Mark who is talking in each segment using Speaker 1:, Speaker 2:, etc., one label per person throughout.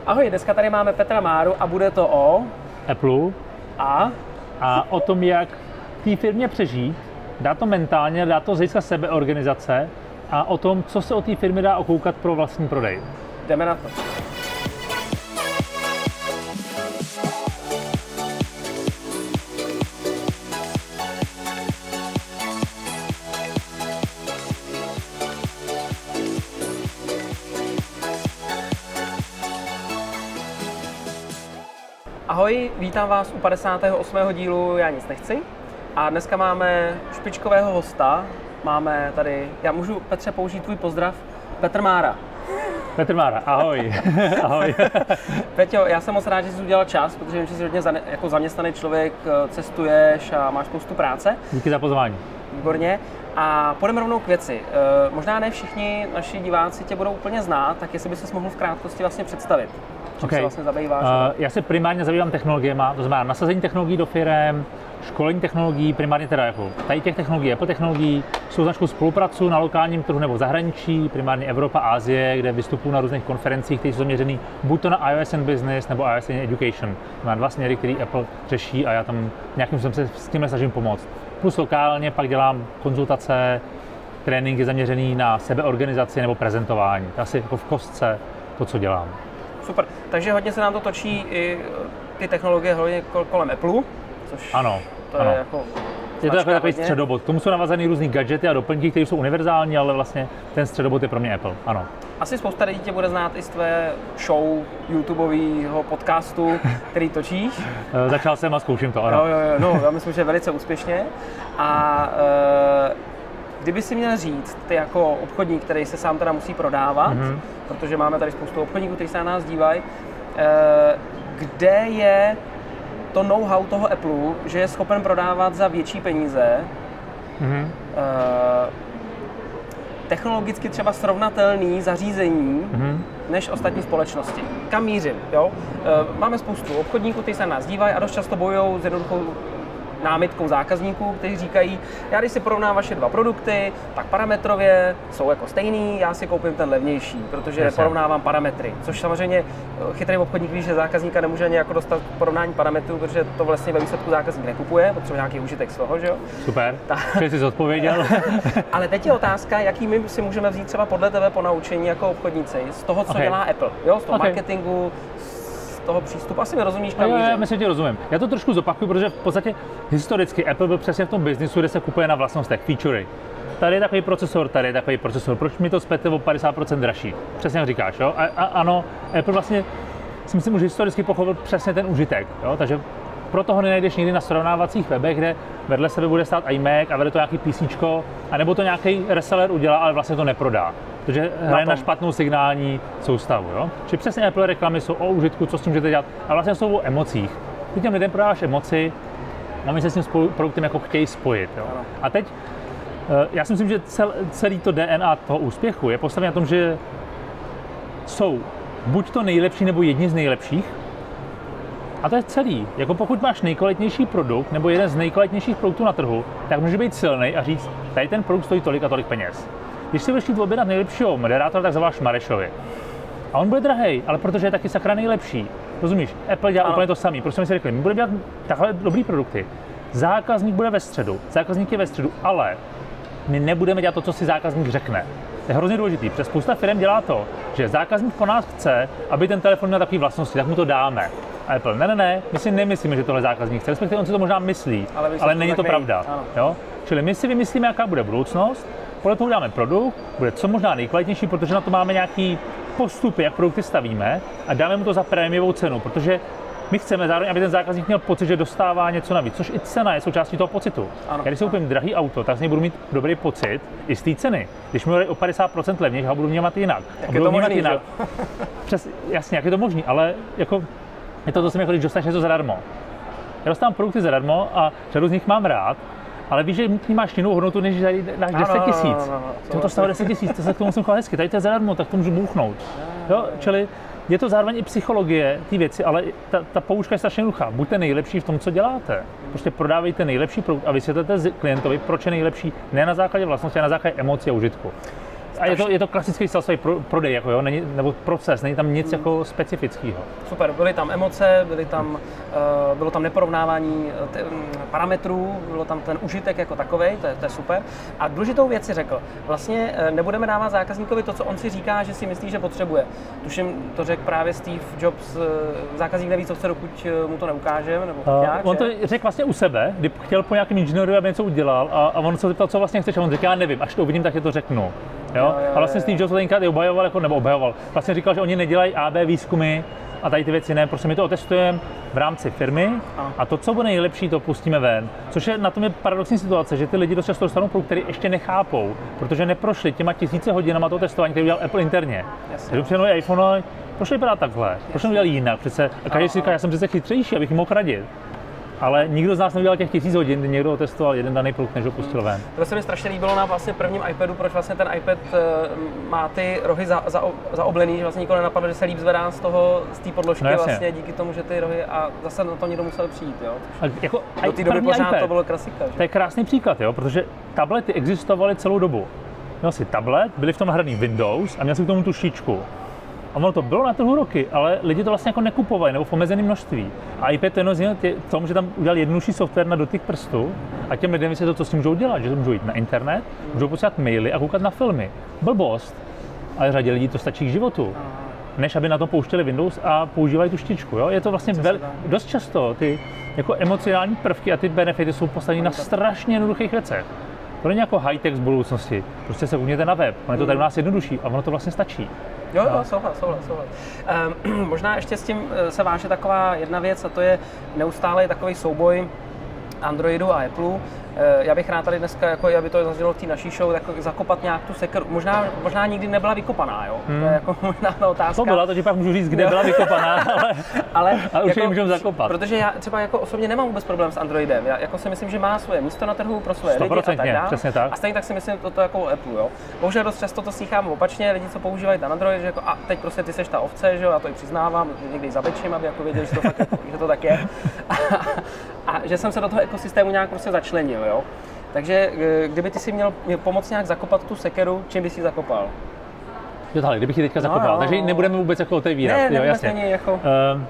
Speaker 1: Ahoj, dneska tady máme Petra Máru a bude to o
Speaker 2: Apple
Speaker 1: a
Speaker 2: o tom, jak té firmě přežít, dá to mentálně, dá to z hlediska sebeorganizace a o tom, co se o té firmě dá okoukat pro vlastní prodej.
Speaker 1: jdeme na to. Ahoj, vítám vás u 58. dílu Já nic nechci a dneska máme špičkového hosta. Máme tady, já můžu, Petře, použít tvůj pozdrav, Petr Mára.
Speaker 2: Petr Mára, ahoj. Ahoj.
Speaker 1: Peťo, já jsem moc rád, že jsi udělal čas, protože vím, že jsi hodně jako zaměstnaný člověk, cestuješ a máš spoustu práce.
Speaker 2: Díky za pozvání.
Speaker 1: Výborně. A půjdeme rovnou k věci. Možná ne všichni naši diváci tě budou úplně znát, tak jestli by ses mohl v krátkosti vlastně představit. Čím se vlastně zabýváš?
Speaker 2: Já se primárně zabývám technologiemi, to znamená nasazení technologií do firem, školení technologií, primárně teda jako tady těch technologií, Apple technologií, s značkou spolupracuji na lokálním trhu nebo v zahraničí, primárně Evropa, Asie, kde vystupuji na různých konferencích, které jsou zaměřený buď to na iOS and Business nebo iOS and Education. To má dva směry, které Apple řeší a já tam nějakým způsobem se s tím snažím pomoct. Plus lokálně pak dělám konzultace, tréninky zaměřený na sebeorganizaci nebo prezentování. Asi jako v kostce to, co dělám.
Speaker 1: Super, takže hodně se nám to točí i ty technologie hodně kolem Apple, což
Speaker 2: ano.
Speaker 1: je jako
Speaker 2: je to takový středobod. K tomu jsou navazaný různý gadgety a doplňky, které jsou univerzální, ale vlastně ten středobod je pro mě Apple, ano.
Speaker 1: Asi spousta lidí tě bude znát i z tvé show YouTubeového podcastu, který točíš.
Speaker 2: Začal jsem a zkouším to, ano.
Speaker 1: No, já myslím, že velice úspěšně. A kdyby si měl říct, ty jako obchodník, který se sám teda musí prodávat, protože máme tady spoustu obchodníků, kteří se na nás dívají, kde je to know-how toho Apple, že je schopen prodávat za větší peníze, technologicky třeba srovnatelný zařízení, než ostatní společnosti. Kam mířím? Jo? Máme spoustu obchodníků, kteří se na nás dívají a dost často bojují s jednoduchou námitkou zákazníků, kteří říkají, já když si porovnám vaše dva produkty, tak parametrově jsou jako stejný, já si koupím ten levnější, protože porovnávám parametry. Což samozřejmě chytrý obchodník ví, že zákazníka nemůže ani jako dostat porovnání parametrů, protože to vlastně ve výsledku zákazník nekupuje, potřebuje nějaký užitek z toho, že jo?
Speaker 2: Super, že jsi zodpověděl.
Speaker 1: Ale teď je otázka, jaký my si můžeme vzít třeba podle tebe ponaučení jako obchodníci z toho, co dělá Apple, jo? Z toho marketingu, toho přístupu. Asi mi rozumíš, kam mířím.
Speaker 2: Já myslím, že rozumím. Já to trošku zopakuju, protože v podstatě historicky Apple byl přesně v tom biznisu, kde se kupuje na vlastnostech, featurey. Tady je takový procesor, tady je takový procesor. Proč mi to spete o 50% dražší? Přesně jak říkáš, jo? A ano, Apple vlastně si myslím, že historicky pochopil přesně ten užitek, jo? Takže proto ho nenajdeš nikdy na srovnávacích webech, kde vedle sebe bude stát iMac a vede to nějaký PCčko, anebo to nějaký reseller udělá, ale vlastně to neprodá. Protože hraje na špatnou signální soustavu. Jo? Čili přesně Apple reklamy jsou o užitku, co s tím můžete dělat, a vlastně jsou o emocích. Ty těm lidem prodáváš emoci a my se s tím produktem jako chtějí spojit. Jo? A teď, já si myslím, že celý to DNA toho úspěchu je postavené na tom, že jsou buď to nejlepší nebo jedni z nejlepších. A to je celý. Jako pokud máš nejkvalitnější produkt nebo jeden z nejkvalitnějších produktů na trhu, tak může být silný a říct, tady ten produkt stojí tolik a tolik peněz. Když si budeš chtít objednat nejlepšího moderátora, tak zavoláš Marešovi. A on bude drahej, ale protože je taky sakra nejlepší. Rozumíš? Apple dělá úplně to samý. Prostě my si řekli, my budeme dělat takhle dobrý produkty. Zákazník bude ve středu. Zákazník je ve středu, ale my nebudeme dělat to, co si zákazník řekne. To je hrozně důležitý, protože spousta firm dělá to, že zákazník po nás chce, aby ten telefon měl takové vlastnosti, tak mu to dáme. A Apple, ne, my si nemyslíme, že tohle zákazník chce, respektive on si to možná myslí, ale není to pravda. Jo? Čili my si vymyslíme, jaká bude budoucnost, podle toho uděláme produkt, bude co možná nejkvalitnější, protože na to máme nějaký postupy, jak produkty stavíme, a dáme mu to za prémiovou cenu, protože my chceme zároveň, aby ten zákazník měl pocit, že dostává něco navíc, což i cena je součástí toho pocitu. Když si koupím drahý auto, tak z něj budu mít dobrý pocit i z té ceny. Když mi o 50% levnější, ho budu vnímat jinak. Jasně, jak je to možný, ale jako je to zase, jako když dostaneš něco zadarmo. Já dostávám produkty zadarmo a řadu z nich mám rád, ale víš, že máš jinou hodnotu, než dáš 10 000. To stalo 10 000, to se k tomu musím chovat hezky, tady to je zadarmo, tak to můžu bouchnout. Jo, čili je to zároveň i psychologie ty věci, ale ta poučka je strašně jednoduchá. Buďte nejlepší v tom, co děláte. Prostě prodávejte nejlepší produkt a vysvětlete klientovi, proč je nejlepší, ne na základě vlastnosti, ale na základě emocí a užitku. A je to klasický salesový prodej, jako jo, nebo proces, není tam nic jako specifického.
Speaker 1: Super, byly tam emoce, bylo tam neporovnávání parametrů, bylo tam ten užitek jako takovej, to je super. A důležitou věc si řekl, vlastně nebudeme dávat zákazníkovi to, co on si říká, že si myslí, že potřebuje. Tuším, to řekl právě Steve Jobs, zákazník neví, co chce, dokud mu to neukážeme, nebo nějak,
Speaker 2: on to řekl vlastně u sebe, kdy chtěl po nějakém inženýrovi, aby něco udělal a on se zeptal, co vlastně chceš, a on řekl, já nevím, až to uvidím, tak je to řeknu. Jo? A vlastně Steve Jobs to tenkrát i obhajoval, vlastně říkal, že oni nedělají AB výzkumy a tady ty věci ne, prostě my to otestujeme v rámci firmy a to, co bude nejlepší, to pustíme ven. Což je na tom je paradoxní situace, že ty lidi dost často dostanou produkt, který ještě nechápou, protože neprošli těma 1000 hodinama toho testování, který udělal Apple interně. Takže přijde iPhone, proč vypadá takhle, proč to udělal jinak přece, a každý si říká, já jsem přece chytřejší, abych jim mohl radit. Ale nikdo z nás neudělal těch 1000 hodin, kdy někdo testoval jeden daný produkt, než ho pustil ven.
Speaker 1: To se mi strašně líbilo na vlastně prvním iPadu, proč vlastně ten iPad má ty rohy zaoblený, že vlastně nikoho nenapadlo, že se líp zvedá z té podložky vlastně díky tomu, že ty rohy a zase na to někdo musel přijít, jo.
Speaker 2: A jako
Speaker 1: do té doby pořád
Speaker 2: iPad,
Speaker 1: to bylo klasika. Že?
Speaker 2: To je krásný příklad, jo, protože tablety existovaly celou dobu. Měl si tablet, byly v tom nahraný Windows a měl si k tomu tuštičku. A ono to bylo na trhu roky, ale lidi to vlastně jako nekupovali nebo v omezeném množství. A iPad to jenom v tom, že tam udělal jednodušší software na dotyk prstu a těm lidem vysvětlil, co s tím můžou dělat, že to můžou jít na internet, můžou posílat maily a koukat na filmy. Blbost, ale řadě lidí to stačí k životu, než aby na to pouštěli Windows a používali tu štičku. Jo? Je to vlastně dost často ty jako emocionální prvky a ty benefity jsou postaveny na strašně jednoduchých věcech. To není jako high-tech z budoucnosti, prostě se koukněte na web, ono je to tady u nás jednodušší a ono to vlastně stačí.
Speaker 1: Jo, souhlas. Možná ještě s tím se váže taková jedna věc a to je neustále takový souboj Androidu a Apple. Já bych rád tady dneska, jako aby to zaznělo v té naší show, tak zakopat nějak tu sekeru. Možná nikdy nebyla vykopaná, jo? To je jako možná ta otázka.
Speaker 2: To byla, to ti pak můžu říct, kde byla vykopaná, ale už
Speaker 1: jako,
Speaker 2: ji můžeme zakopat.
Speaker 1: Protože já třeba jako osobně nemám vůbec problém s Androidem. Já jako si myslím, že má svoje místo na trhu pro svoje lidi a tak dále.
Speaker 2: Přesně tak.
Speaker 1: A stejně tak si myslím to jako Apple, jo? Bohužel dost často to slýchám opačně, lidi, co používají ten Android, že jako a teď prostě ty seš ta ovce, že jo? Já to i přiznávám, někdy zabečím, aby jako věděli, že to fakt, že to tak je. A že jsem se do toho ekosystému nějak prostě začlenil, jo? Takže kdyby ty si měl pomoct nějak zakopat tu sekeru, čím bys ji zakopal?
Speaker 2: Jo, tahle, kdybych ji teďka zakopal, takže nebudeme vůbec jako otevírat.
Speaker 1: Ne,
Speaker 2: jo, jasně.
Speaker 1: Není jako...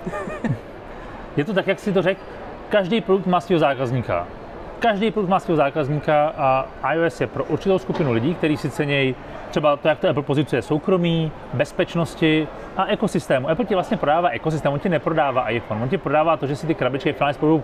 Speaker 2: Je to tak, jak si to řekl, každý produkt má svého zákazníka. Každý produkt má svého zákazníka a iOS je pro určitou skupinu lidí, kteří si cenějí třeba to, jak to Apple pozicuje soukromí, bezpečnosti a ekosystému. Apple ti vlastně prodává ekosystém, on ti neprodává iPhone, on ti prodává to, že si ty krabičky finálně budou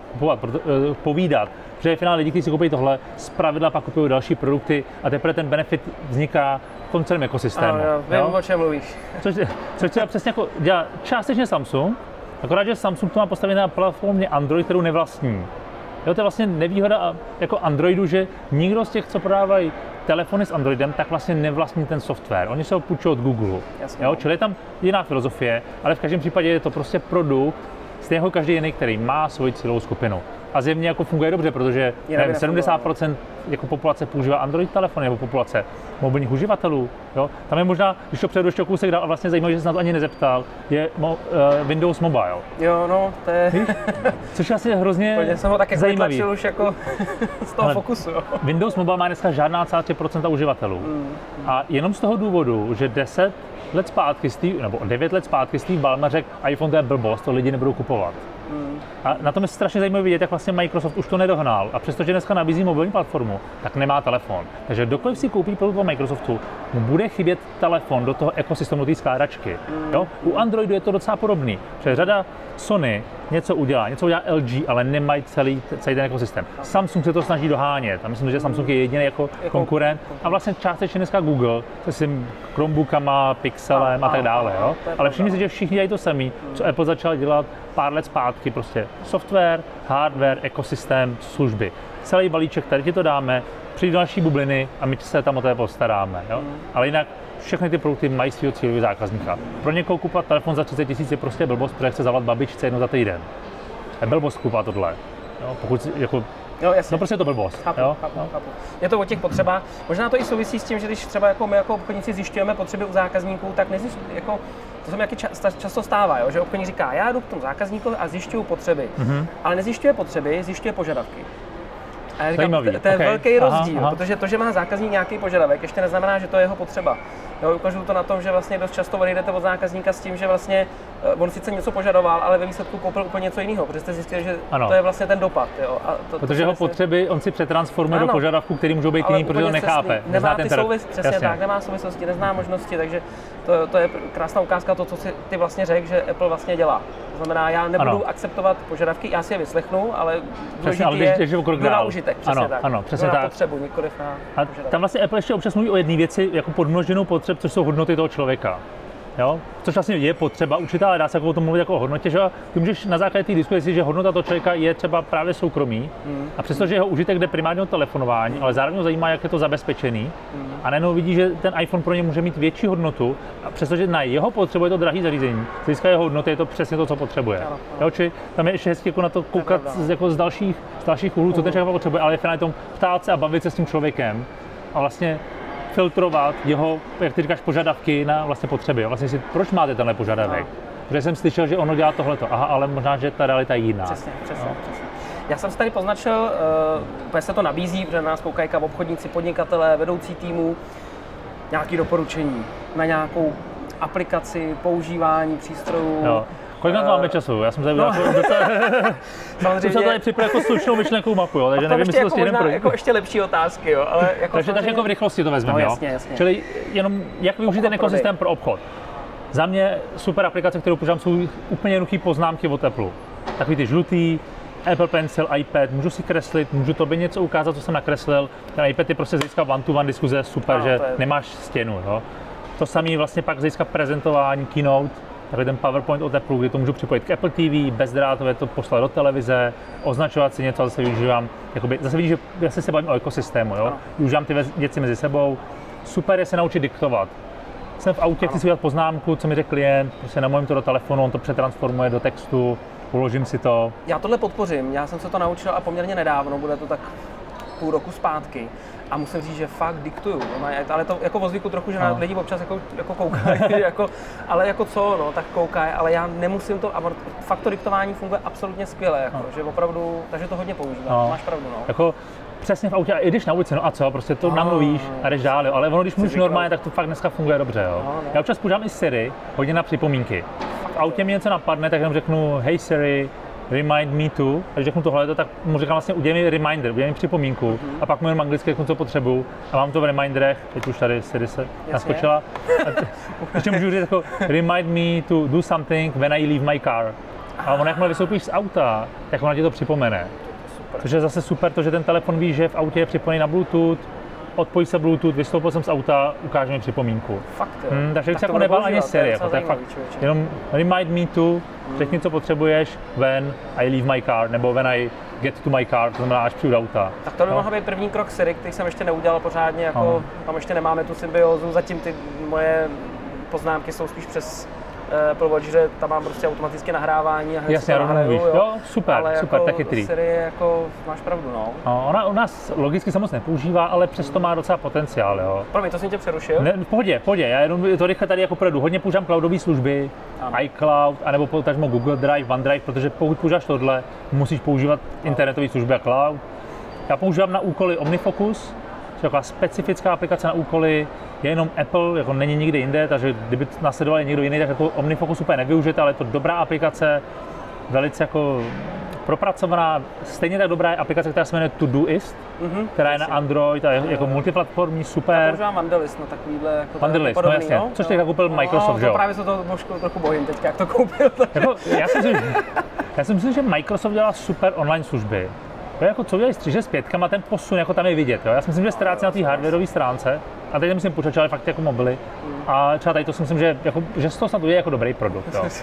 Speaker 2: povídat, že je finálně lidi, kteří si koupí tohle, zpravidla pak kupují další produkty a teprve ten benefit vzniká v tom celém ekosystému.
Speaker 1: Vím, o čem mluvíš.
Speaker 2: Což třeba přesně jako dělá částečně Samsung, akorát, že Samsung to má postavené na platformě Android, kterou nevlastní. Jo, to je vlastně nevýhoda jako Androidu, že nikdo z těch, co prodávají telefony s Androidem, tak vlastně nevlastní ten software. Oni se ho půjčují od Google. Jo, čili je tam jiná filozofie, ale v každém případě je to prostě produkt, stejně jako každý jiný, který má svoji cílovou skupinu. A zjevně jako funguje dobře, protože nevím, 70% jako populace používá Android telefony nebo populace mobilních uživatelů. Jo? Tam je možná, když to přejdu ještě kousek dál a vlastně zajímavé, že se na to ani nezeptal, je Windows Mobile.
Speaker 1: Jo, no, to je...
Speaker 2: Což asi je hrozně zajímavý.
Speaker 1: Jsem ho tak vytlačil už jako z toho fokusu. Jo.
Speaker 2: Windows Mobile má dneska žádná 3% uživatelů. A jenom z toho důvodu, že 10 let zpátky, nebo 9 let zpátky Steve Ballmer řekl, iPhone to je blbost, to lidi nebudou kupovat. A na tom je strašně zajímavé vidět, jak vlastně Microsoft už to nedohnal. A přestože dneska nabízí mobilní platformu, tak nemá telefon. Takže kdokoliv si koupí produkt od Microsoftu, mu bude chybět telefon do toho ekosystému té skládačky. Jo? U Androidu je to docela podobný. Protože řada Sony něco udělá LG, ale nemají celý ten ekosystém. Samsung se to snaží dohánět a myslím, že Samsung je jediný jako konkurent. A vlastně částečně dneska Google se svým Chromebookama, Pixelem a tak dále. Jo? Ale všimni si, že všichni dělají to samé, co Apple začal dělat pár let zpátky. Prostě software, hardware, ekosystém, služby. Celý balíček, tady ti to dáme, přijde další bubliny a my se tam o to postaráme. Jo? Ale jinak všechny ty produkty mají svého cílového zákazníka. Pro někoho kupovat telefon za 30 000 je prostě blbost, protože chce zavolat babičce jednou za týden. Je blbost kupovat tohle. Jo? Pokud jako,
Speaker 1: jo, jasně.
Speaker 2: No prostě je to blbost.
Speaker 1: Chápu. Je to o těch potřebách. Možná to i souvisí s tím, že když třeba jako my jako obchodníci zjišťujeme potřeby u zákazníků, tak jako to se mi často stává, jo? Že obchodník říká, já jdu k tomu zákazníkovi a zjišťuju potřeby, ale nezjišťuje potřeby, zjišťuje požadavky. A já říkám, to je velký rozdíl, protože to, že má zákazník nějaký požadavek, ještě neznamená, že to je jeho potřeba. Jo, ukážu to na tom, že vlastně dost často odejdete od zákazníka s tím, že vlastně on sice něco požadoval, ale ve výsledku koupil úplně něco jiného, protože jste zjistili, že to je vlastně ten dopad. Jo. A
Speaker 2: protože jeho potřeby on si přetransformuje do požadavků, který můžou být jiný, protože on nechápe.
Speaker 1: Nemá ty přesně tak, nemá souvislosti, nezná možnosti, takže to je krásná ukázka to, co si ty vlastně řekl, že Apple vlastně dělá. To znamená, já nebudu akceptovat požadavky, já si je vyslechnu, ale důležitý je na užitek, přesně tak.
Speaker 2: Ano, přesně
Speaker 1: na potřebu, nikoliv na
Speaker 2: požadavky. A tam vlastně Apple ještě občas mluví o jedné věci, jako podmnoženou potřeb, což jsou hodnoty toho člověka. Jo? Což vlastně je potřeba určitá, ale dá se jako o tom mluvit jako o hodnotě, že ty můžeš na základě té diskuze říct, že hodnota toho člověka je třeba právě soukromí a přestože jeho užitek jde primárně o telefonování, ale zároveň ho zajímá, jak je to zabezpečený a najednou vidí, že ten iPhone pro ně může mít větší hodnotu a přestože na jeho potřebu je to drahý zařízení, z hlediska jeho hodnoty je to přesně to, co potřebuje. Jo? Či tam je ještě hezky jako na to koukat jako z dalších úhlů, co ten člověk potřebuje, ale je finálně tom ptát se a bavit se s tím člověkem a vlastně filtrovat jeho, jak ty říkáš, požadavky na vlastně potřeby. Jo? Vlastně si, proč máte tenhle požadavek? Protože jsem slyšel, že ono dělá tohleto. Aha, ale možná, že ta realita je jiná.
Speaker 1: Přesně. Já jsem si tady poznačil, úplně se to nabízí, protože na nás koukají obchodníci, podnikatelé, vedoucí týmů, nějaké doporučení na nějakou aplikaci, používání přístrojů.
Speaker 2: Jo. Kolik na to máme času? Já jsem tady samozřejmě jsem tady připravil jako slušnou myšlenkovou mapu, jo, takže nevím, jestli to stihneme projít.
Speaker 1: Jako ještě lepší otázky, jo, ale jako
Speaker 2: takže jako v rychlosti to vezmeme, jo.
Speaker 1: Jasně.
Speaker 2: Čili jenom jak využít ten ekosystém pro obchod. Za mě super aplikace, kterou používám, jsou úplně jednoduché poznámky od Apple. Takový ty žlutý, Apple Pencil, iPad, můžu si kreslit, můžu tobě něco ukázat, co jsem nakreslil. Ten iPad je prostě z hlediska one-to-one diskuze super, že nemáš stěnu, jo. To samé vlastně pak z hlediska prezentování, keynote, takový ten PowerPoint od Apple, kdy to můžu připojit k Apple TV, bezdrátově to poslat do televize, označovat si něco, ale zase využívám, jakoby, zase vidíš, že já se bavím o ekosystému, jo? Využívám ty věci mezi sebou, super je se naučit diktovat. Jsem v autě, chci si udělat poznámku, co mi řekl klient, prostě namluvím to do telefonu, on to přetransformuje do textu, uložím si to.
Speaker 1: Já tohle podpořím, já jsem se to naučil a poměrně nedávno, bude to tak půl roku zpátky. A musím říct, že fakt diktuju, ale to jako o zvyku trochu, že na lidi občas jako koukají, ale jako co, no, tak koukají, ale já nemusím to, a fakt to diktování funguje absolutně skvěle, jako, že opravdu, takže to hodně používám, máš pravdu, no.
Speaker 2: Jako přesně v autě, a i když na ulici, no a co, prostě to namluvíš a jdeš dál, jo, ale ono, když mluvíš normálně, tak to fakt dneska funguje dobře, jo. Já občas používám i Siri, hodně na připomínky. V autě mi něco napadne, tak jenom řeknu, hey Siri, remind me to, a když řeknu tohle, tak mu říkám vlastně udělej mi reminder, udělej mi připomínku a pak mu jenom anglicky řeknu, co potřebuju a mám to v reminderech, teď už tady Siri se naskočila. Ještě můžu říct jako remind me to do something when I leave my car. A on jakmile vystoupíš z auta, tak ona ti to připomene. Což je zase super to, že ten telefon ví, že v autě je připojený na Bluetooth, odpojí se Bluetooth, vystoupil jsem z auta, ukáže mi připomínku.
Speaker 1: Fakt jo.
Speaker 2: Takže bych se jako nebál ani Siri, jako to je fakt jenom remind me to, řekni, co potřebuješ when I leave my car, nebo when I get to my car, to znamená, až přijdu do auta.
Speaker 1: Tak to by mohl být první krok Siri, který jsem ještě neudělal pořádně, jako tam ještě nemáme tu symbiózu, zatím ty moje poznámky jsou spíš přes Apple Watch, že tam mám prostě automatické nahrávání a hned si to nahraju,
Speaker 2: jo, super,
Speaker 1: ale
Speaker 2: super,
Speaker 1: jako
Speaker 2: taky ty.
Speaker 1: Siri jako máš pravdu, no.
Speaker 2: Ona u nás logicky se moc nepoužívá, ale přesto má docela potenciál, jo.
Speaker 1: Promiň, to jsem tě přerušil?
Speaker 2: Ne, v pohodě, já jenom to rychle tady jako projedu. Hodně používám cloudové služby, iCloud, anebo potažmo Google Drive, OneDrive, protože pokud používáš tohle, musíš používat internetové služby a cloud. Já používám na úkoly OmniFocus, což je taková specifická aplikace na úkoly, je jenom Apple, jako není nikde jinde, takže kdyby nasledoval někdo jiný, tak jako OmniFocus úplně nevyužijete, ale je to dobrá aplikace, velice jako propracovaná, stejně tak dobrá je aplikace, která se jmenuje Todoist, která je na Android a je jako multiplatformní, super. Já
Speaker 1: používám Wunderlist na takovýhle jako
Speaker 2: Wunderlist, no jasně, což teď koupil Microsoft, že jo?
Speaker 1: Právě se to trochu bojím teďka, jak to koupil.
Speaker 2: Jako, já si myslím, že Microsoft dělá super online služby. To je jako co dělají s 365, ten posun, jako tam je vidět, jo? Já si myslím, že ztrácí na té hardwareové stránce, a teď myslím počítač, ale fakt jako mobily. A třeba tady to si myslím, že, jako, že z toho snad je jako dobrý produkt, jo?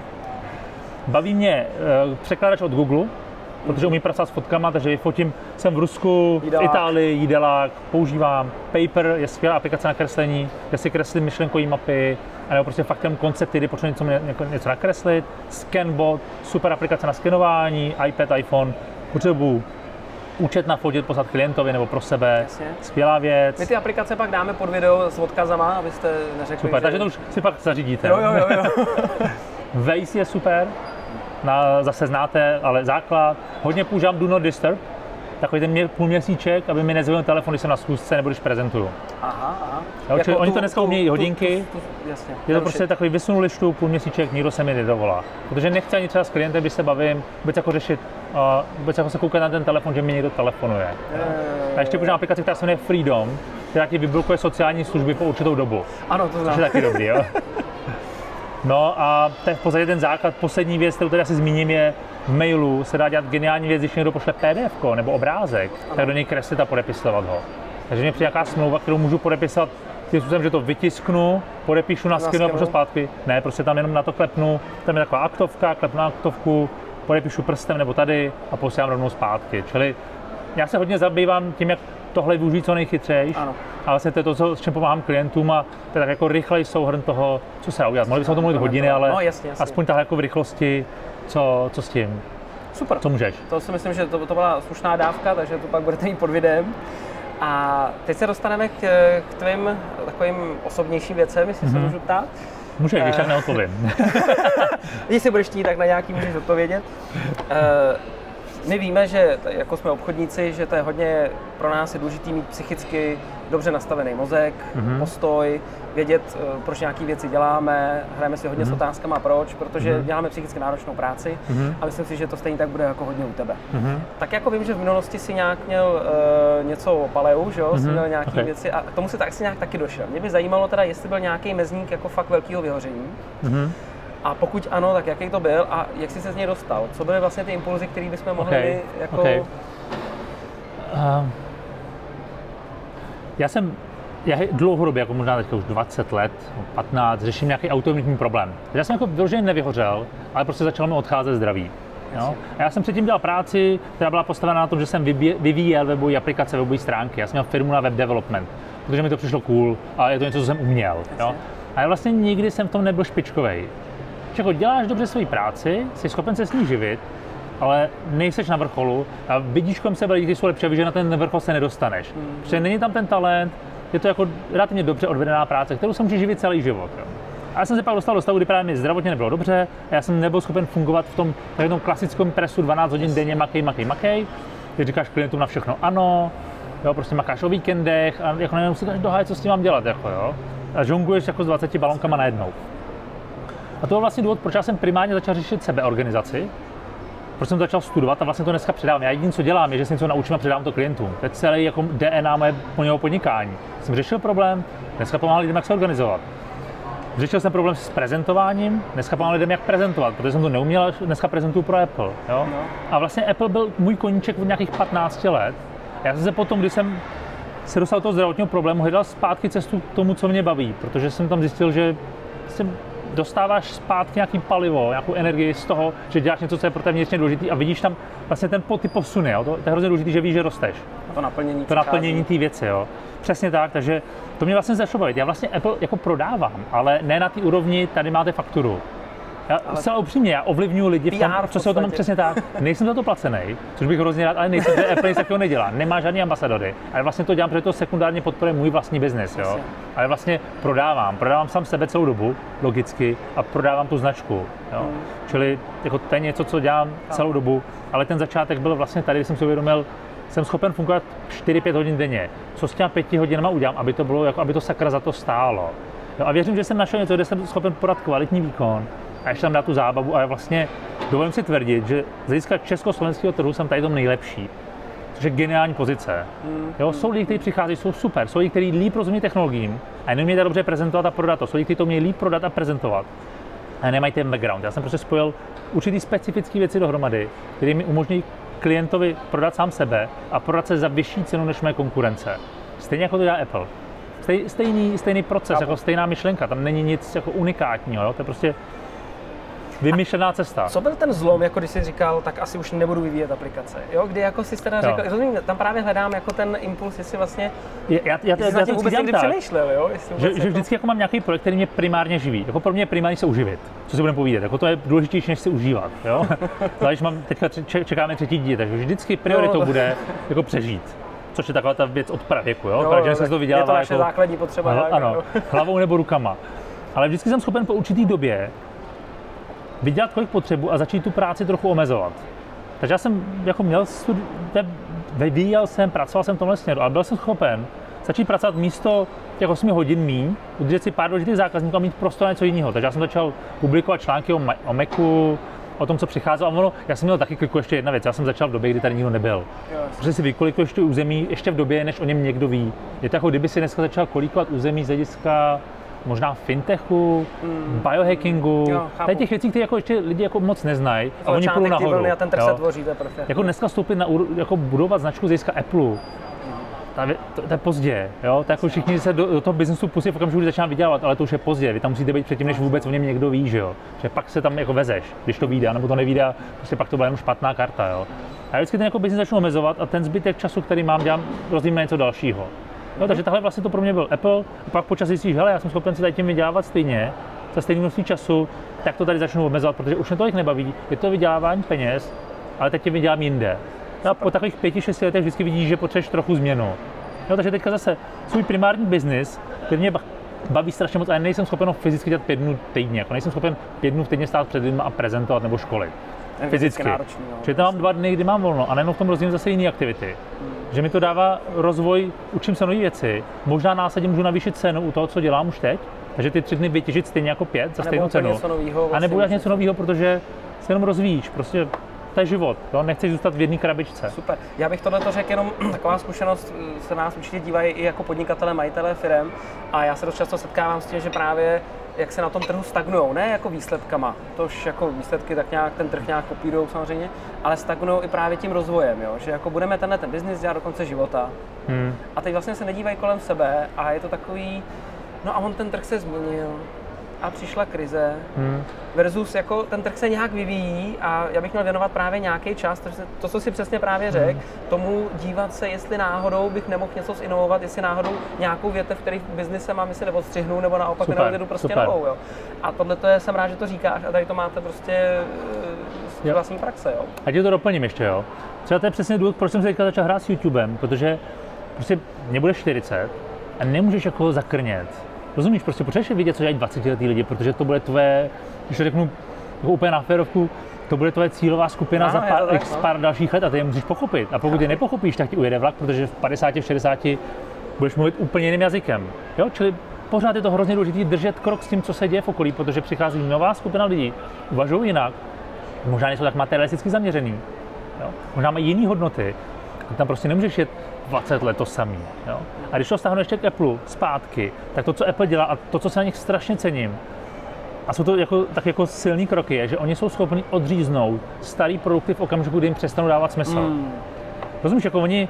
Speaker 2: Baví mě překladač od Google, protože umí pracovat s fotkama, takže vyfotím, jsem v Rusku, v Itálii, jídelák, používám. Paper je skvělá aplikace na kreslení, kde si kreslím myšlenkové mapy, anebo prostě fakt jenom koncepty, kdy potřebuji něco nakreslit. Scanbot, super aplikace na skenování, iPad, iPhone, potřebuji účet nafotit, poslat klientovi nebo pro sebe. Jasně. Skvělá věc.
Speaker 1: My ty aplikace pak dáme pod video s odkazama, abyste neřekli,
Speaker 2: super, takže to už si pak zařídíte.
Speaker 1: Jo.
Speaker 2: Waze je super, zase znáte, ale základ. Hodně používám Do Not Disturb, takový ten půlměsíček, aby mi nezvedl telefon, když jsem na schůzce nebo když prezentuju.
Speaker 1: Aha.
Speaker 2: Jo, jako oni to dneska umějí hodinky,
Speaker 1: jasně.
Speaker 2: je to prostě takový vysunuli štu, půlměsíček, nikdo se mi nedovolá. Protože nechci ani třeba s klientem, když se bavím, vůbec jako řešit, vůbec jako se koukat na ten telefon, že mi někdo telefonuje. A ještě používám aplikaci, která se jmenuje Freedom, která ti vyblokuje sociální služby po určitou dobu.
Speaker 1: Ano, to znám.
Speaker 2: Což je taky dobrý, jo. No a to je v podstatě ten základ. Poslední věc, kterou tady asi zmíním, je v mailu se dá dělat geniální věc, když někdo pošle PDF nebo obrázek, tak do něj kreslit a podepisovat ho. Takže mě přijde nějaká smlouva, kterou můžu podepisat tím způsobem, že to vytisknu, podepíšu na skenu a pošlu zpátky. Ne, prostě tam jenom na to klepnu, tam je taková aktovka, klepnu na aktovku, podepíšu prstem nebo tady a posílám rovnou zpátky. Čili já se hodně zabývám tím, jak tohle využít co nejchytřejš. A vlastně to je to, s čím pomáhám klientům a to je tak jako rychlej souhrn toho, co se dá udělat. Mohli bychom o tom mluvit hodiny, ale
Speaker 1: no, jasně.
Speaker 2: aspoň takhle jako v rychlosti, co s tím.
Speaker 1: Super.
Speaker 2: Co můžeš?
Speaker 1: To si myslím, že to byla slušná dávka, takže to pak budete mít pod videem. A teď se dostaneme k tvým takovým osobnějším věcem, jestli se můžu ptát.
Speaker 2: Můžeš, když tak neodpovím.
Speaker 1: Když si budeš chtít, tak na nějaký můžeš odpovědět. My víme, že jako jsme obchodníci, že to je hodně pro nás je důležitý mít psychicky dobře nastavený mozek, postoj, vědět, proč nějaké věci děláme, hrajeme si hodně s otázkama proč, protože děláme psychicky náročnou práci a myslím si, že to stejně tak bude jako hodně u tebe. Tak jako vím, že v minulosti si nějak měl něco o paleu, že jo, jsi měl nějaké věci a k tomu si tak si nějak taky došel. Mě by zajímalo teda, jestli byl nějaký mezník jako fakt velkého vyhoření. A pokud ano, tak jaký to byl a jak jsi se z něj dostal? Co byly vlastně ty impulzy, které bychom mohli jako...
Speaker 2: Já dlouhodobě, jako možná teďka už 20 let, 15, řeším nějaký autoimunitní problém. Já jsem jako vyloženě nevyhořel, ale prostě začalo mi odcházet zdraví. Jo? A já jsem předtím dělal práci, která byla postavena na tom, že jsem vyvíjel webové aplikace, webové stránky. Já jsem měl firmu na web development, protože mi to přišlo cool a je to něco, co jsem uměl. Jo? A já vlastně nikdy jsem v tom nebyl špičkovej. Jako děláš dobře svoji práci, jsi schopen se s ní živit, ale nejseš na vrcholu a vidíš kolem sebe lidi, kteří jsou lepší, že na ten vrchol se nedostaneš. Protože není tam ten talent, je to jako relativně dobře odvedená práce, kterou se může živit celý život. Jo. A já jsem se pak dostal do stavu, kdy právě mi zdravotně nebylo dobře a já jsem nebyl schopen fungovat v tom klasickém presu 12 hodin denně makej. Když říkáš klientům na všechno ano, jo, prostě makáš o víkendech a jako nevím, si dohájet, co s tím mám dělat. Jako, jo. A žongluješ jako s 20 balonkama najednou. A to byl vlastně důvod, proč já jsem primárně začal řešit sebeorganizaci, proč jsem začal studovat a vlastně to dneska předávám. Já jediné, co dělám, je, že si něco naučím a předávám to klientům. To je celé jako DNA mojeho podnikání. Jsem řešil problém, dneska pomáhal lidem, jak se organizovat. Řešil jsem problém s prezentováním, dneska pomáhal lidem, jak prezentovat, protože jsem to neuměl, dneska prezentuju pro Apple. Jo? A vlastně Apple byl můj koníček od nějakých 15 let. Já jsem se potom, když jsem se dostal do toho zdravotního problému, hledal zpátky cestu k tomu, co mě baví, protože jsem tam zjistil, že dostáváš zpátky nějaký palivo, nějakou energii z toho, že děláš něco, co je pro tebe vnitřně důležitý a vidíš tam vlastně ty posuny, jo? To je hrozně důležitý, že víš, že rosteš.
Speaker 1: To naplnění
Speaker 2: té věci, jo. Přesně tak, takže to mě vlastně začalo bavit. Já vlastně Apple jako prodávám, ale ne na té úrovni, tady máte fakturu. Já zcela upřímně, já ovlivňuji lidi v tom, co se o tom přesně tak. Nejsem za to placený, což bych hrozně rád, ale nejsem, že Apple nic takového nedělá. Nemá žádný ambasadory. Ale vlastně to dělám, protože to sekundárně podporuje můj vlastní biznis, jo. Ale vlastně prodávám sám sebe celou dobu, logicky, a prodávám tu značku, jo. Čili jako to je něco, co dělám celou dobu, ale ten začátek byl vlastně tady, když jsem si uvědomil, jsem schopen fungovat 4-5 hodin denně. Co s těma 5 hodinama udělám, aby to bylo, jako aby to sakra za to stálo. Jo, a věřím, že jsem našel něco, kde jsem schopen podat kvalitní výkon. A ještě tam dát tu zábavu a já vlastně dovolím si tvrdit, že z hlediska československého trhu jsem tady tom nejlepší. Což je geniální pozice. Jo, jsou lidi, kteří přicházejí, jsou super, jsou lidi, kteří líp rozumí technologiím a neumějí dobře prezentovat a prodat to. Jsou lidi, kteří to umějí líp prodat a prezentovat. A nemají ten background. Já jsem prostě spojil určitý specifické věci dohromady, které mi umožní klientovi prodat sám sebe a prodat se za vyšší cenu než moje konkurence. Stejně jako to dělá Apple. Stejný proces, jako stejná myšlenka, tam není nic jako unikátního, jo? To je prostě vymyšlená cesta.
Speaker 1: Co byl ten zlom, jako když jsi říkal, tak asi už nebudu vyvíjet aplikace, jo? Kdy jako jsi teda řekl, rozumím, tam právě hledám jako ten impuls, jestli vlastně, jestli na tím vůbec někdy přemýšlel, jo?
Speaker 2: Že vždycky jako mám nějaký projekt, který mě primárně živí. Jako pro mě je primárně se uživit, co si budeme povídat, jako to je důležitější, než se užívat, jo? Zvlášť teďka čekáme 3. dítě, takže vždycky prioritou bude jako přežít. Což je taková ta věc od pravěku, jo? Takže se to vydělává
Speaker 1: je to naše jako základní potřeba.
Speaker 2: Ano, hlavou nebo rukama. Ale vždycky jsem schopen po určitý době vydělat kolik potřebu a začít tu práci trochu omezovat. Takže já jsem jako měl vyvíjel jsem, pracoval jsem v tomhle směru, ale byl jsem schopen začít pracovat místo těch 8 hodin míň, udržet si pár důležitých zákazníků a mít prostor na něco jiného. Takže já jsem začal publikovat články o Macu, o tom, co přicházelo. A ono, já jsem měl taky kliku ještě jedna věc, já jsem začal v době, kdy tady nikdo nebyl. Protože si vykolikuješ to území ještě v době, než o něm někdo ví. Je to jako kdyby si dneska začal kolikovat území z hlediska možná fintechu, biohackingu, tady těch věcí, které jako ještě lidi jako moc neznají a oni půjdou nahoru.
Speaker 1: A ten trh se tvoří, to je perfektní.
Speaker 2: Jako dneska vstoupit na jako budovat značku z hlediska Apple, to je pozdě, jo? To jako všichni se do toho biznesu pustí v okamžiku, kdy začíná vydělávat, ale to už je pozdě, vy tam musíte být předtím, než vůbec o něm někdo ví, že jo? Že pak se tam jako vezeš, když to vyjde, nebo to nevyjde, prostě pak to bude jenom špatná karta, jo? A já vždycky ten jako biznes začnu omezovat a ten zbytek času, který mám, dělám rozdělím na něco dalšího. No, takže tahle vlastně to pro mě byl Apple, a pak počas zjistíš, hele, já jsem schopen si tady tím vydělávat stejně, za stejné množství času, tak to tady začnu omezovat, protože už mě tolik nebaví, je to vydělávání peněz, ale teď tě vydělám jinde. A po takových 5-6 letech vždycky vidíš, že potřebuješ trochu změnu. No, takže teďka zase svůj primární biznis, který mě baví strašně moc, ale nejsem schopen fyzicky dělat 5 dnů týdně, jako nejsem schopen 5 dnů týdně stát před lidmi a prezentovat nebo školit. Fyzicky. Čili tam mám 2 dny, kdy mám volno a nejenom v tom rozdělím zase jiné aktivity. Že mi to dává rozvoj, učím se nové věci, možná následně můžu navýšit cenu u toho, co dělám už teď, takže ty 3 dny vytěžit stejně jako 5 za stejnou cenu. A nebo udělat něco nového, protože se jenom rozvíjíš, prostě to je život, jo? Nechceš zůstat v jedné krabičce.
Speaker 1: Super. Já bych tohle řekl jenom, taková zkušenost se nás určitě dívají i jako podnikatelé, majitelé firem a já se dost často setkávám s tím, že právě jak se na tom trhu stagnujou, ne jako výsledkama, tož jako výsledky tak nějak ten trh nějak kopírujou samozřejmě, ale stagnujou i právě tím rozvojem, jo? Že jako budeme ten biznis dělat do konce života a teď vlastně se nedívají kolem sebe a je to takový, no a on ten trh se změnil a přišla krize versus jako ten trh se nějak vyvíjí a já bych měl věnovat právě nějaký čas, to, co si přesně právě řekl, tomu dívat se, jestli náhodou bych nemohl něco zinovovat, jestli náhodou nějakou větev, který v biznise mám, jestli neodstřihnu, nebo naopak neodjedu prostě novou, jo. A tohle to je, jsem rád, že to říkáš a tady to máte prostě z vlastní praxe, jo.
Speaker 2: A tě to doplním ještě, jo. Třeba to je přesně důvod, proč jsem se teďka začal hrát s YouTubem, protože prostě mě bude 40 a nemůžeš jako zakrnět. Rozumíš, prostě potřebuješ vidět, co dělají 20letý lidi, protože to bude tvoje, když to řeknu jako úplně na férovku, to bude tvoje cílová skupina za pár dalších let a ty je musíš pochopit. A pokud je nepochopíš, tak ti ujede vlak, protože v 50, v 60 budeš mluvit úplně jiným jazykem. Jo? Čili pořád je to hrozně důležité držet krok s tím, co se děje v okolí, protože přichází nová skupina lidí, uvažují jinak, možná nejsou tak materialisticky zaměřený, jo? Možná mají jiné hodnoty. A tam prostě nemůžeš jet 20 let to samý. Jo? A když to stáhnu ještě k Apple zpátky, tak to, co Apple dělá a to, co se na nich strašně cením, a jsou to tak jako silný kroky, je, že oni jsou schopni odříznout starý produkty v okamžiku, kdy jim přestanou dávat smysl. Rozumíš, jako oni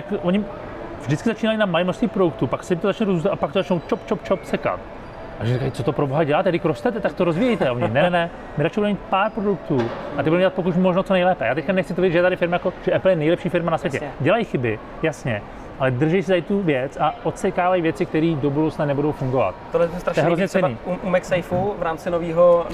Speaker 2: vždycky začínají na malé množství produktů, pak se jim to začne rozrůstat a pak to začnou čop sekat. A že říkají, co to pro boha děláte, když rostete, tak to rozvíjejte. A oni, ne, my radši budeme mít pár produktů a ty budeme dělat pokud možno co nejlépe. Já teďka nechci to vidět, že je tady firma, jako, že Apple je nejlepší firma na světě.
Speaker 1: Jasně.
Speaker 2: Dělají chyby, jasně, ale drží si tady tu věc a odsekávají věci, které do budoucna nebudou fungovat.
Speaker 1: Tohle je strašně líbí třeba u MagSafeu v rámci nového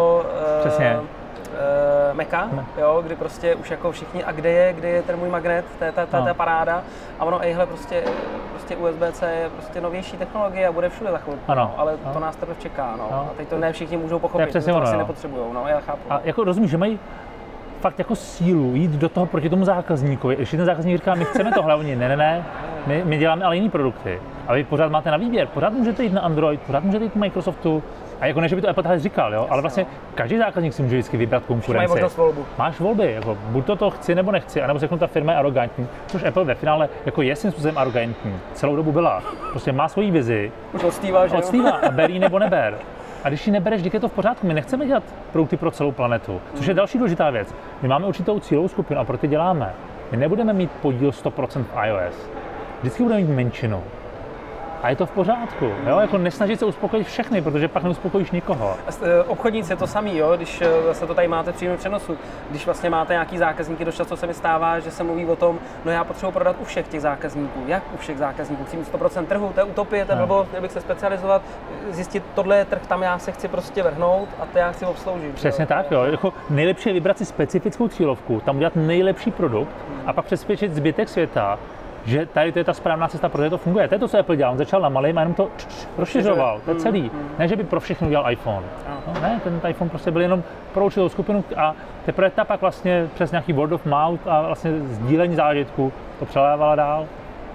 Speaker 1: Maca, jo, kdy prostě už jako všichni, a kde je ten můj magnet, to je paráda a ono, prostě USB-C je prostě novější technologie a bude všude za chvilku, ale to nás teprve čeká, a teď to ne všichni můžou pochopit, to asi nepotřebujou, já chápu.
Speaker 2: A jako rozumíš, že mají fakt jako sílu jít do toho proti tomu zákazníkovi, když ten zákazník říká, my chceme tohle, oni ne, my děláme ale jiný produkty a vy pořád máte na výběr, pořád můžete jít na Android, pořád můžete jít na Microsoftu. A jako ne, že by to Apple takhle říkal, jo? Ale vlastně každý zákazník si může vždycky vybrat konkurenci. Máš volby, jako buď to chci nebo nechci, anebo řeknu, ta firma je arrogantní, což Apple ve finále jako je svým způsobem arrogantní. Celou dobu byla. Prostě má svoji vizi.
Speaker 1: Už odstívá, že jo?
Speaker 2: Odstívá a berí nebo neber. A když ji nebereš, je to v pořádku. My nechceme dělat produkty pro celou planetu, což je další důležitá věc. My máme určitou cílovou skupinu a pro ty děláme. My nebudeme mít podíl 100% v iOS. Vždycky budeme mít menšinu. A je to v pořádku, jo? Jako nesnažit se uspokojit všechny, protože pak neuspokojíš nikoho.
Speaker 1: Obchodníci je to samý, jo? Když zase to tady máte v přímém přenosu, když vlastně máte nějaký zákazníky, dost často se mi stává, že se mluví o tom, no já potřebuji prodat u všech těch zákazníků. Jak u všech zákazníků? Chci mít 100% trhu, to je utopie, to je blbost, měl bych se specializovat, zjistit, tohle je trh, tam já se chci prostě vrhnout a to já chci obsloužit.
Speaker 2: Přesně tak, jo. Jako nejlepší je vybrat si specifickou cílovku, tam udělat nejlepší produkt a pak přesvědčit zbytek světa, že tady to je ta správná cesta, protože to funguje. To je to, co Apple dělal. On začal na malém a jenom to rozšiřoval. To je celý. Ne, že by pro všechny udělal iPhone. No, ne, ten iPhone prostě byl jenom pro určitou skupinu a teprve ta pak vlastně přes nějaký word of mouth a vlastně sdílení zážitku to přelévala dál.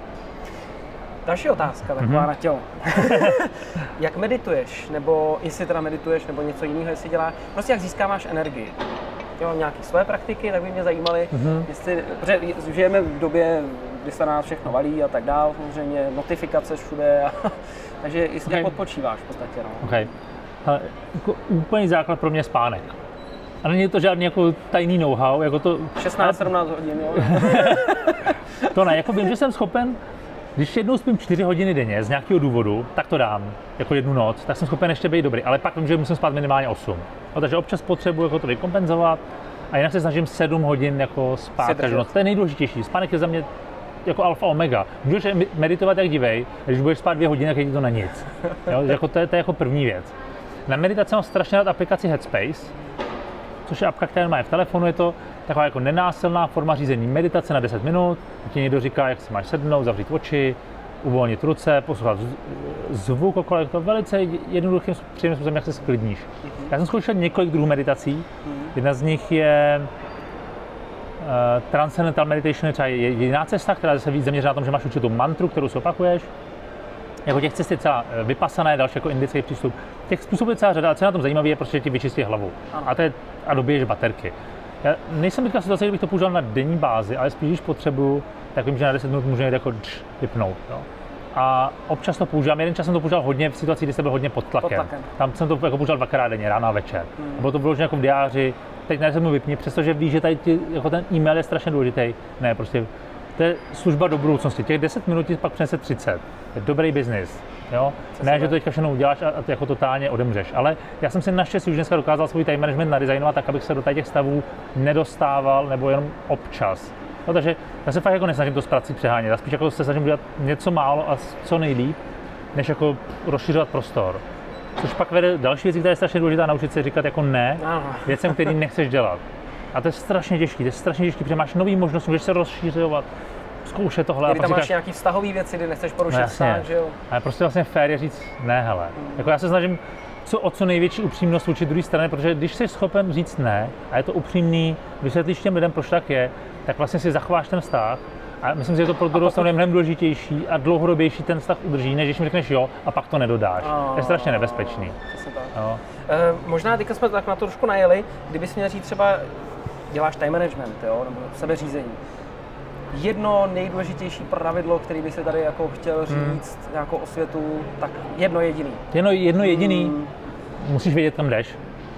Speaker 1: Další otázka, taková na tělo. Jak medituješ, nebo jestli teda medituješ, nebo něco jiného, jestli děláš, prostě jak získáváš energii? Jo, nějaké své praktiky, tak by mě zajímaly, jestli, protože žijeme v době, kdy se nás všechno valí a tak dál, samozřejmě notifikace všude, takže jak odpočíváš v podstatě, no.
Speaker 2: Okay. Jako úplný základ pro mě je spánek. A není to žádný jako tajný know-how, jako to...
Speaker 1: 16-17 hodin, jo?
Speaker 2: To ne, jako vím, že jsem schopen, když jednou spím 4 hodiny denně z nějakého důvodu, tak to dám, jako jednu noc, tak jsem schopen ještě být dobrý, ale pak vím, že musím spát minimálně 8. No, takže občas potřebuji jako to vykompenzovat a jinak se snažím 7 hodin jako spát každou noc. To je nejdůležitější, spánek je za mě jako alfa omega. Můžeš meditovat jak divej, když budeš spát 2 hodiny, tak je to na nic. Jo? Jako to je jako první věc. Na meditaci mám strašně rád aplikaci Headspace, což je apka, která má v telefonu, je to taková jako nenásilná forma řízení meditace na 10 minut, ti někdo říká, jak si máš sednout, zavřít oči, uvolnit ruce, poslouchat zvuk okolo, to velice jednoduchým příjemným způsobem, jak se sklidníš. Já jsem zkoušel několik druhů meditací, jedna z nich je Transcendental Meditation, třeba je jiná cesta, která se víc zaměří na tom, že máš určitou mantru, kterou si opakuješ. Jako těch cest je celá vypasaná, je další jako indický přístup. Těch způsobů je celá řada, a co je na tom zajímavé, je prostě, že ti vyčistí hlavu. A dobiješ baterky. Já nejsem teďka v situaci, že bych to používal na denní bázi, ale spíš, když potřebuju, tak vím, že na 10 minut můžu jít jako vypnout. Jo. A občas to používám, jeden čas jsem to používal hodně v situaci, kdy jsem byl hodně pod tlakem. Tam jsem to jako používal 2krát denně, ráno a večer. Bylo to vyložené jako v diáři, teď na 10 minut vypni, přestože víš, že tady jako ten e-mail je strašně důležitý. Ne, prostě to je služba do budoucnosti. Těch 10 minut ti pak přinese 30. Je dobrý biznis. Jo? Ne, že to teďka všechno uděláš a ty jako totálně odemřeš. Ale já jsem si naštěstí už dneska dokázal svůj time management nadizajnovat tak, abych se do těch stavů nedostával nebo jenom občas. No, takže já se fakt jako nesnažím to s prací přehánět. Já spíš jako se snažím dělat něco málo a co nejlíp, než jako rozšiřovat prostor. Což pak vede další věci, která je strašně důležitá, naučit se říkat jako ne věcem, který nechceš dělat. A to je strašně těžký, protože máš nový možnosti, můžeš se rozšířovat, zkoušet tohle.
Speaker 1: Když tam máš nějaký vztahový věci, kdy nechceš porušit vztah, že jo?
Speaker 2: Ale prostě vlastně fér je říct ne, hele. Jako já se snažím o co největší upřímnost vůči druhé straně, protože když jsi schopen říct ne a je to upřímný, vysvětlíš těm lidem, proč tak je, tak vlastně si zachováš ten vztah. A myslím si, že to pro druhou stranu je mnohem důležitější a dlouhodobější ten vztah udrží, než když mi řekneš jo a pak to nedodáš. To je strašně nebezpečný.
Speaker 1: Možná teďka jsme tak na to trošku najeli, kdybys měl říct třeba, děláš time management, jo, nebo sebeřízení. Jedno nejdůležitější pravidlo, který by si tady jako chtěl říct, nějakou osvětu, tak jedno jediný.
Speaker 2: Jedno jediný, musíš vědět, kam jdeš.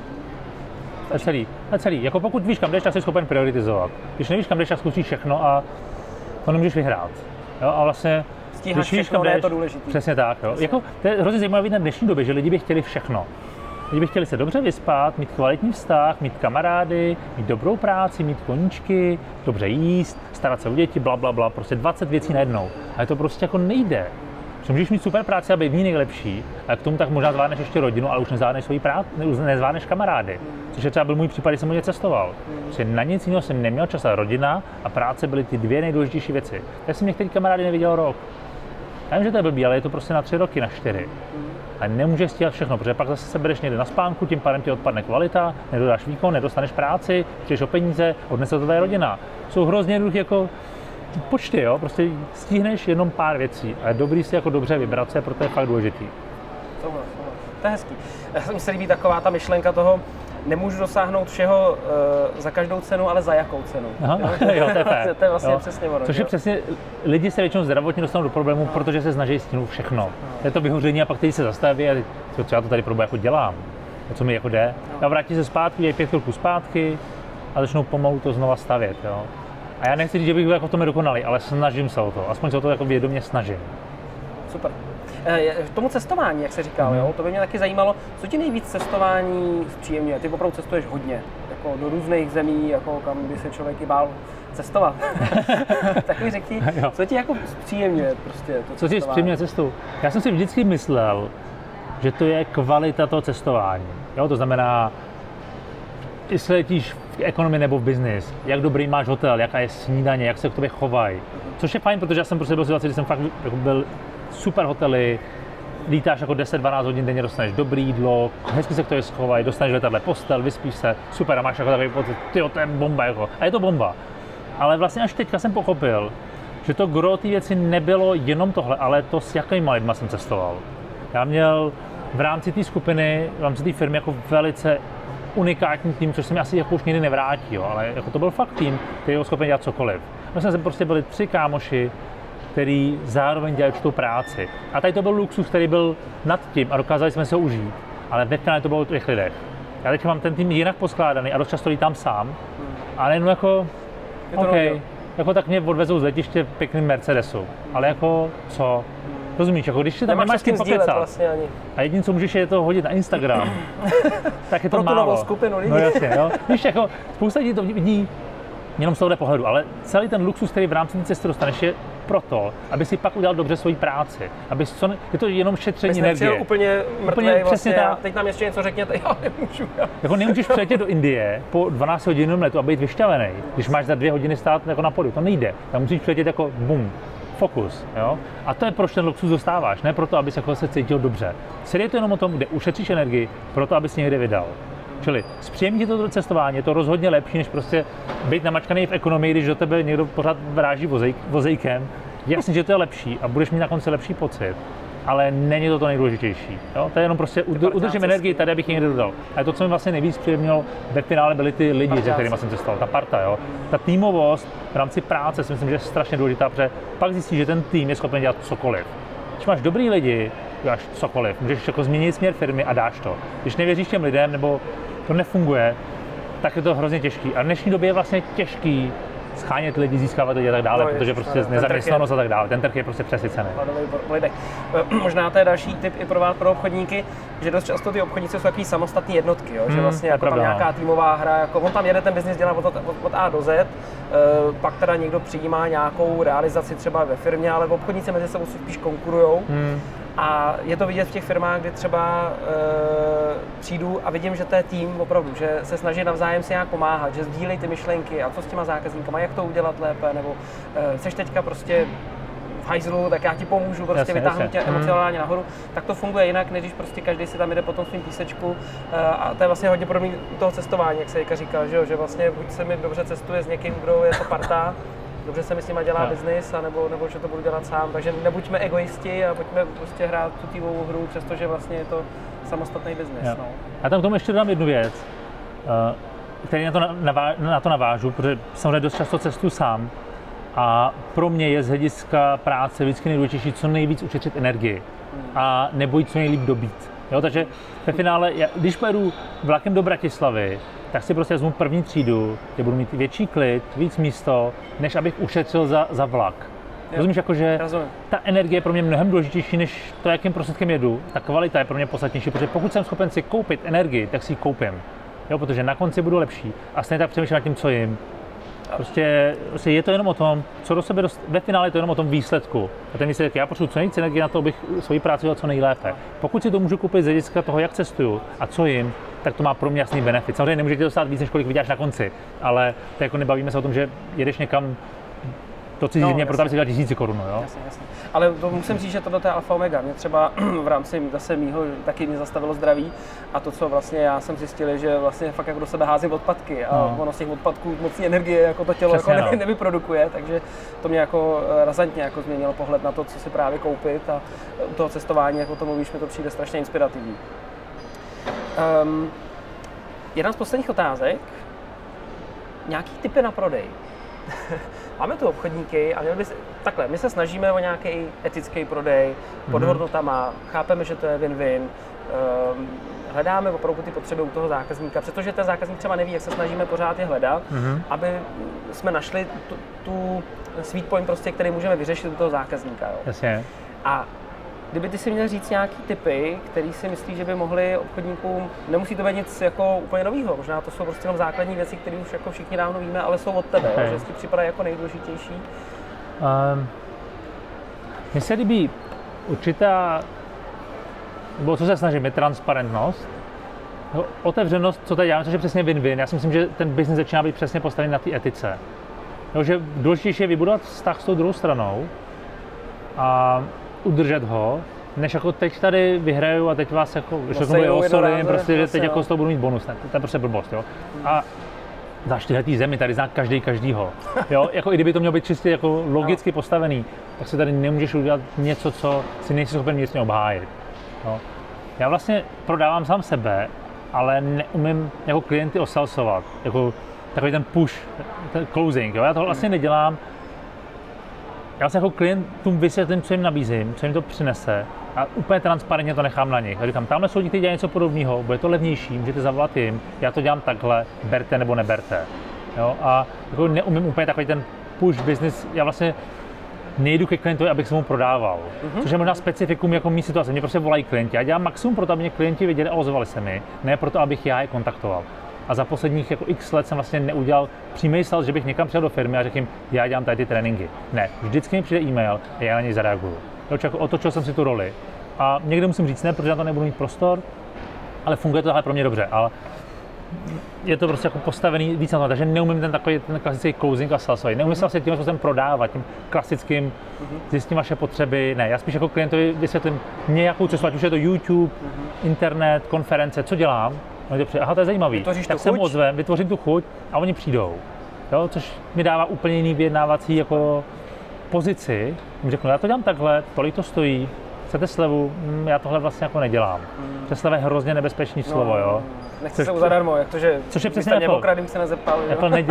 Speaker 2: To je celý. Jako pokud víš, kam jdeš, tak jsi schopen prioritizovat. Když nevíš, kam jdeš, tak zkusíš všechno a to nemůžeš vyhrát. Jo? A vlastně,
Speaker 1: stíháš všechno, jdeš, je to důležitý.
Speaker 2: Přesně tak. Jo? Jako, to je hrozně zajímavé na dnešní době, že lidi by chtěli všechno. Lidi by chtěli se dobře vyspat, mít kvalitní vztah, mít kamarády, mít dobrou práci, mít koníčky, dobře jíst, starat se o děti, blablabla, prostě 20 věcí najednou. Ale to prostě jako nejde. Protože můžeš mít super práci a být v ní nejlepší, a k tomu tak možná zvládneš ještě rodinu, ale už nezvládneš svoji práci, nezvládneš kamarády. Což je třeba byl můj případ, kdy jsem hodně cestoval. Protože na nic jiného jsem neměl čas a rodina a práce byly ty dvě nejdůležitější věci. Já jsem některý kamarády neviděl rok. Já vím, že to je blbý, ale je to prostě na 3 roky, na 4. A nemůžeš stíhat všechno, protože pak zase se bereš někde na spánku, tím pádem ti odpadne kvalita, nedodáš výkon, nedostaneš práci, přijdeš o peníze, odnese to tvoje rodina. Jsou hrozně jednoduché jako počty, jo? Prostě stihneš jenom pár věcí a je dobrý si jako dobře vybrat se, protože je fakt důležitý.
Speaker 1: To je hezký. Mně se líbí taková ta myšlenka toho, nemůžu dosáhnout všeho za každou cenu, ale za jakou cenu.
Speaker 2: Aha, jo, to je fér.
Speaker 1: To je vlastně přesně ono.
Speaker 2: Což je přesně, lidi se většinou zdravotně dostanou do problémů, protože se snaží stihnout všechno. Je to vyhoření a pak teď se zastaví a co já to tady jako dělám, co mi jako jde. A vrátí se zpátky, dějí 5 kroků zpátky a začnou pomalu to znova stavět. Jo. A já nechci říct, že bych byl jako v tom dokonalý, ale snažím se o to, aspoň se o to jako vědomě snažím.
Speaker 1: Super. K tomu cestování, jak se říkal, jo, to by mě taky zajímalo, co ti nejvíc cestování zpříjemňuje? Ty opravdu cestuješ hodně, jako do různých zemí, jako kam by se člověk i bál cestovat. Tak mi řekni, co ti jako zpříjemňuje prostě to
Speaker 2: Co ti zpříjemňuje cestu? Já jsem si vždycky myslel, že to je kvalita toho cestování. Jo, to znamená, jestli letíš v ekonomii nebo v business, jak dobrý máš hotel, jaká je snídaně, jak se k tobě chovají. Což je fajn, protože já jsem prostě byl v situaci, kdy jsem fakt jako byl super hotely, lítáš jako 10-12 hodin denně, dostaneš dobrý jídlo, hezky se k tobě schovají, dostaneš v letadle postel, vyspíš se, super a máš jako takový pocit, tyjo, to je bomba jako. A je to bomba. Ale vlastně až teďka jsem pochopil, že to gro té věci nebylo jenom tohle, ale to, s jakýma lidma jsem cestoval. Já měl v rámci té skupiny, v rámci té firmy jako velice unikátní tým, což se mi asi jako už nikdy nevrátí, jo, ale jako to byl fakt tým, který byl schopen dělat cokoliv. Vlastně jsme prostě byli 3 kámoši, který zároveň dělali tu práci. A tady to byl luxus, který byl nad tím a dokázali jsme se ho užít. Ale ve finále to bylo o těch lidech. Já teď mám ten tým jinak poskládaný a dost často lítám sám, ale jenom jako, OK, jako tak mě odvezou z letiště pěkným Mercedesu, ale jako co? Rozumíš, jako když si tam nemáš s kým pokecat
Speaker 1: vlastně ani.
Speaker 2: A jediné, co můžeš, je to hodit na Instagram, tak je to
Speaker 1: pro
Speaker 2: málo.
Speaker 1: Pro tu novou skupinu lidí.
Speaker 2: No jasně, jo. Víš, jako spousta lidí to vidí jenom z tohohle pohledu, ale celý ten luxus, který v rámci té cesty dostaneš, je proto, aby si pak udělal dobře svoji práci. Je to jenom šetření energie.
Speaker 1: Úplně mrtvej vlastně,
Speaker 2: ta...
Speaker 1: teď nám ještě něco řekněte, já nemůžu.
Speaker 2: Jako nemůžeš přiletět do Indie po 12 hodinovém letu a být vyšťavený, když máš za 2 hodiny stát jako na podiu. To nejde. Tam musíš přiletět jako bum, fokus. Jo? A to je, proč ten luxus dostáváš, ne proto, abys jako se cítil dobře. Celý je to jenom o tom, kde ušetříš energii, proto, abys někde vydal. Čili zpříjemní to cestování, je to rozhodně lepší, než prostě být namačkaný v ekonomii, když do tebe někdo pořád vráží vozejkem. Jasně, že to je lepší a budeš mít na konci lepší pocit, ale není to nejdůležitější. Jo? To je jenom prostě udržím energii tady, abych někde dodal. A to, co mi vlastně nejvíc příjemnilo ve finále, byly ty lidi, se kterými jsem cestoval, ta parta. Jo? Ta týmovost v rámci práce si myslím, že je strašně důležitá, protože pak zjistíš, že ten tým je schopen dělat cokoliv. Když máš dobrý lidi, děláš cokoliv, můžeš jako změnit směr firmy a dáš to. Když nevěříš těm lidem nebo to nefunguje, tak je to hrozně těžký. A v dnešní době je vlastně těžký schánět lidi, získávat lidi a tak dále, protože prostě nezaměstnanost a tak dále. Ten trh je prostě přesycený.
Speaker 1: Možná to je další tip i pro vás, pro obchodníky, že dost často ty obchodníci jsou takový samostatné jednotky, jo? Že vlastně jako tam nějaká týmová hra, jako on tam jede ten biznis dělá od A do Z, pak teda někdo přijímá nějakou realizaci třeba ve firmě, ale obchodníci mezi sebou spíš konkurujou. A je to vidět v těch firmách, kdy třeba přijdu a vidím, že to je tým opravdu, že se snaží navzájem si nějak pomáhat, že sdílejí ty myšlenky a co s těma zákazníkama, jak to udělat lépe, nebo seš teďka prostě v hajzlu, tak já ti pomůžu prostě vytáhnout tě emocionálně nahoru, tak to funguje jinak, než když prostě každý si tam jde po tom svým písečku a to je vlastně hodně podobný toho cestování, jak se Jirka říkal, že vlastně buď se mi dobře cestuje s někým, kdo je to parta, dobře se mi s nima dělá biznis, nebo že to budu dělat sám, takže nebuďme egoisti a pojďme prostě hrát tu týmovou hru, přestože vlastně je to samostatný biznis. No.
Speaker 2: A tam k tomu ještě dodám jednu věc, který na to navážu, protože samozřejmě dost často cestuju sám a pro mě je z hlediska práce vždycky nejdůležitější co nejvíc ušetřit energii a nebojit co nejlíp dobít. Jo, takže ve finále, když pojedu vlakem do Bratislavy, tak si prostě vezmu první třídu, kde budu mít větší klid, víc místo, než abych ušetřil za vlak. Rozumíš, jakože ta energie je pro mě mnohem důležitější, než to, jakým prostředkem jedu. Ta kvalita je pro mě podstatnější, protože pokud jsem schopen si koupit energii, tak si ji koupím. Jo, protože na konci budu lepší a stejně tak přemýšlím nad tím, co jim. Prostě je to jenom o tom, co do sebe ve finále je to jenom o tom výsledku. A ten výsledek, já potřebuji co nejvíc energie na to, abych svoji práci dělal co nejlépe. Pokud si to můžu koupit z hlediska toho, jak cestuju a co jim, tak to má pro mě jasný benefit. Samozřejmě nemůžete dostat víc, než kolik vyděláš na konci, ale to jako nebavíme se o tom, že jedeš někam do cizí země, proto aby si dělal 1000 korun, jo?
Speaker 1: Jasně. Ale to musím říct, že tohle je alfa omega. Mě třeba v rámci zase mýho taky mě zastavilo zdraví a to, co vlastně já jsem zjistil, že vlastně fakt jako do sebe házím odpadky a ono z těch odpadků moc energie jako to tělo přesně, jako nevyprodukuje, takže to mě jako razantně jako změnilo pohled na to, co si právě koupit a u toho cestování, jako to mluvíš, mi to přijde strašně inspirativní. Jedna z posledních otázek. Nějaký tipy na prodej? Máme tu obchodníky a takhle, my se snažíme o nějaký etický prodej pod hodnotama, chápeme, že to je win-win, hledáme opravdu ty potřeby u toho zákazníka, protože ten zákazník třeba neví, jak se snažíme pořád je hledat, aby jsme našli tu sweet point, prostě, který můžeme vyřešit u toho zákazníka. Jo.
Speaker 2: Jasně.
Speaker 1: A kdyby ty si měl říct nějaký tipy, který si myslíš, že by mohli obchodníkům, nemusí to být nic jako úplně novýho, možná to jsou prostě jenom základní věci, které už jako všichni dávno víme, ale jsou od tebe, okay. Že si připadá jako nejdůležitější?
Speaker 2: Mně se líbí určitá, nebo co se snažím, je transparentnost otevřenost, co tady děláme, což je přesně win-win. Já si myslím, že ten biznis začíná být přesně postavený na té etice. Jo, že důležitější je vybudovat vztah s tou druhou stranou a udržet ho, než jako teď tady vyhraju a teď vás jako, že osolím, prostě, že teď jako z toho budu mít bonus, ne, to je prostě blbost, jo. A za 4 zemi tady zná každýho, jo, jako i kdyby to mělo být čistě jako logicky postavený, tak si tady nemůžeš udělat něco, co si nejsi schopen věcně obhájit, jo. Já vlastně prodávám sám sebe, ale neumím jako klienty osalsovat, jako takový ten push, ten closing, jo, já to vlastně nedělám. Já vlastně jako klientům vysvětlím, co jim nabízím, co jim to přinese a úplně transparentně to nechám na nich. Já říkám, tamhle jsou dělají něco podobného, bude to levnější, můžete zavolat jim, já to dělám takhle, berte nebo neberte. Jo? A jako neumím úplně takový ten push business, já vlastně nejdu ke klientovi, abych se mu prodával, což je možná specifikum jako mý situace, mě prostě volají klienti. Já dělám maximum pro to, aby mě klienti viděli a ozvali se mi, ne proto, abych já je kontaktoval. A za posledních jako x let jsem vlastně neudělal přímý sales, že bych někam přijel do firmy a řekl jim, já dělám tady ty tréninky. Ne, vždycky mi přijde e-mail a já na něj zareaguju. Jako otočil jsem si tu roli. A někde musím říct ne, protože na to nebudu mít prostor, ale funguje to takhle pro mě dobře. Ale je to prostě jako postavený víc na to, takže neumím ten klasický closing a salesový. Neumím se vlastně tím způsobem prodávat, tím klasickým, zjistím vaše potřeby. Ne, já spíš jako klientovi vysvětlím nějakou cestu, ať už je to YouTube, internet, konference, co dělám. Aha, to je zajímavý, tak se mu ozvem, vytvořím tu chuť a oni přijdou, jo? Což mi dává úplně jiný vyjednávací jako pozici. Jim řeknu, já to dělám takhle, tolik to stojí, chcete slevu, já tohle vlastně jako nedělám. Že sleva je hrozně nebezpečný slovo, jo.
Speaker 1: Nechci se zadarmo,
Speaker 2: což je přesně Apple.
Speaker 1: Se nezeptal,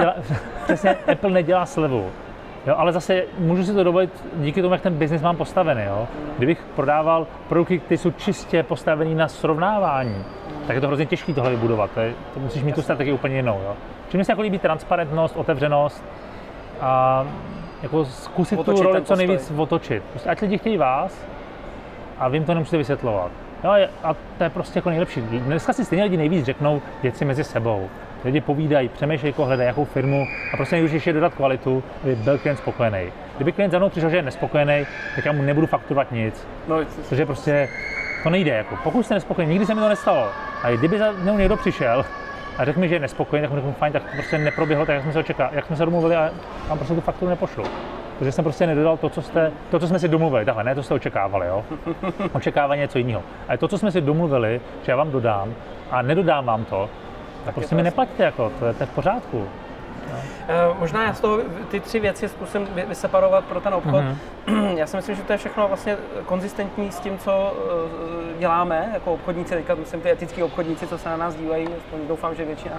Speaker 2: Apple nedělá slevu. Jo, ale zase můžu si to dovolit díky tomu, jak ten biznis mám postavený. Jo. Kdybych prodával produkty, které jsou čistě postavený na srovnávání, tak je to hrozně těžké tohle vybudovat. To musíš mít tu strategii úplně jinou. Jo. Čím se jako líbí transparentnost, otevřenost a jako zkusit tu roli co nejvíc otočit. Prostě ať lidi chtějí vás a vy jim to nemusíte vysvětlovat. Jo, a to je prostě jako nejlepší. Dneska si stejně lidi nejvíc řeknou věci mezi sebou. Lidi povídají, přemýšlejí, hledají jakou firmu a prostě nejdůležitější je dodat kvalitu, aby byl klient spokojený. Kdyby klient za mnou přišel, že je nespokojený, tak já mu nebudu fakturovat nic. Protože prostě to nejde. Jako. Pokud jste nespokojený, nikdy se mi to nestalo. A kdyby za mnou někdo přišel a řekl mi, že je nespokojený, tak mu řeknu fajn, tak to prostě neproběhlo tak, jak jsme se domluvili a vám prostě tu fakturu nepošlu. Protože jsem prostě nedodal to, co jsme si domluvili. Takhle, ne, to jste očekávali, jo. Očekávání je něco jiného. Ale to, co jsme si domluvili, že já vám dodám a nedodám vám to, tak prostě mi neplatíte, jako, to je v pořádku.
Speaker 1: Možná já z toho ty 3 věci zkusím vyseparovat pro ten obchod. Já si myslím, že to je všechno vlastně konzistentní s tím, co děláme jako obchodníci, teďka myslím ty etický obchodníci, co se na nás dívají, aspoň doufám, že většina.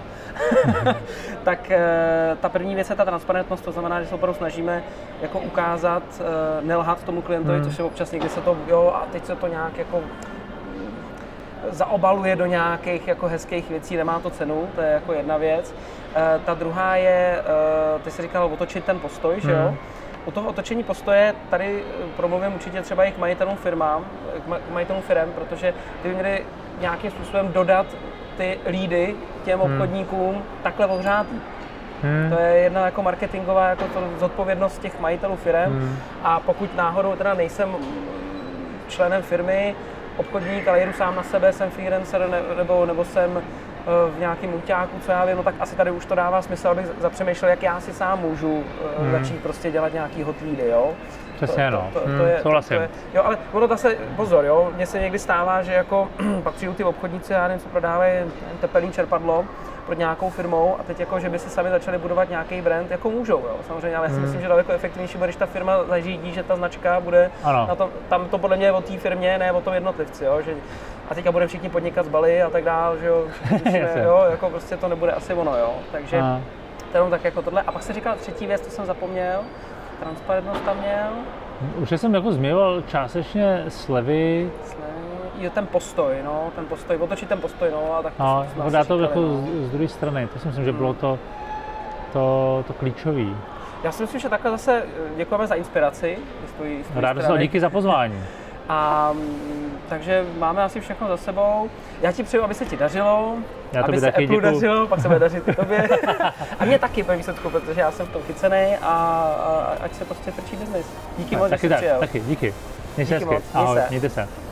Speaker 1: Tak ta první věc je ta transparentnost, to znamená, že se opravdu snažíme jako ukázat, nelhat tomu klientovi, což je občas někdy se to, jo, a teď se to nějak jako zaobaluje do nějakých jako hezkých věcí, nemá to cenu, to je jako jedna věc. Ta druhá je, ty jsi říkal, otočit ten postoj, že jo? U toho otočení postoje tady promluvím určitě třeba i k majitelům firem, protože ty by měli nějakým způsobem dodat ty lídy těm obchodníkům takhle ohřátý. To je jedna jako marketingová jako zodpovědnost těch majitelů firem a pokud náhodou teda nejsem členem firmy, obchodník, ale jedu sám na sebe, jsem freelancer nebo jsem v nějakém úťáku, co já vím, no tak asi tady už to dává smysl, abych zapřemýšlel, jak já si sám můžu začít prostě dělat nějaký hot leady, jo.
Speaker 2: Přesně, souhlasím.
Speaker 1: Jo, ale ono zase, pozor, jo, mně se někdy stává, že jako pak přijdu ty obchodníci, já nevím, co prodávají tepelný čerpadlo pod nějakou firmou a teď jako, že by si sami začali budovat nějaký brand, jako můžou, jo, samozřejmě, ale já si myslím, že daleko efektivnější bude, když ta firma zařídí, že ta značka bude na tom, tam to podle mě je o té firmě, ne o tom jednotlivci, jo, že a teďka budeme všichni podnikat z Bali a tak dál, že jo, jo, jako prostě to nebude asi ono, jo, takže jenom tak jako tohle. A pak se říkal třetí věc, to jsem zapomněl, transparentnost tam měl.
Speaker 2: Už jsem jako zmiňoval částečně slevy.
Speaker 1: Jo, ten postoj, otočit ten postoj, a tak
Speaker 2: to dá to jako z druhé strany, to si myslím, že bylo to klíčové.
Speaker 1: Já si myslím, že takhle zase děkujeme za inspiraci.
Speaker 2: Rád díky za pozvání.
Speaker 1: A takže máme asi všechno za sebou. Já ti přeju, aby se ti dařilo, aby se Apple dařilo, pak se bude dařit i tobě. A mě taky po výsledku, protože já jsem v tom chycenej a ať se prostě trčí biznis. Díky moc, že jsi přijel.
Speaker 2: Taky, díky. Měj se hezky. Ahoj, mějte se.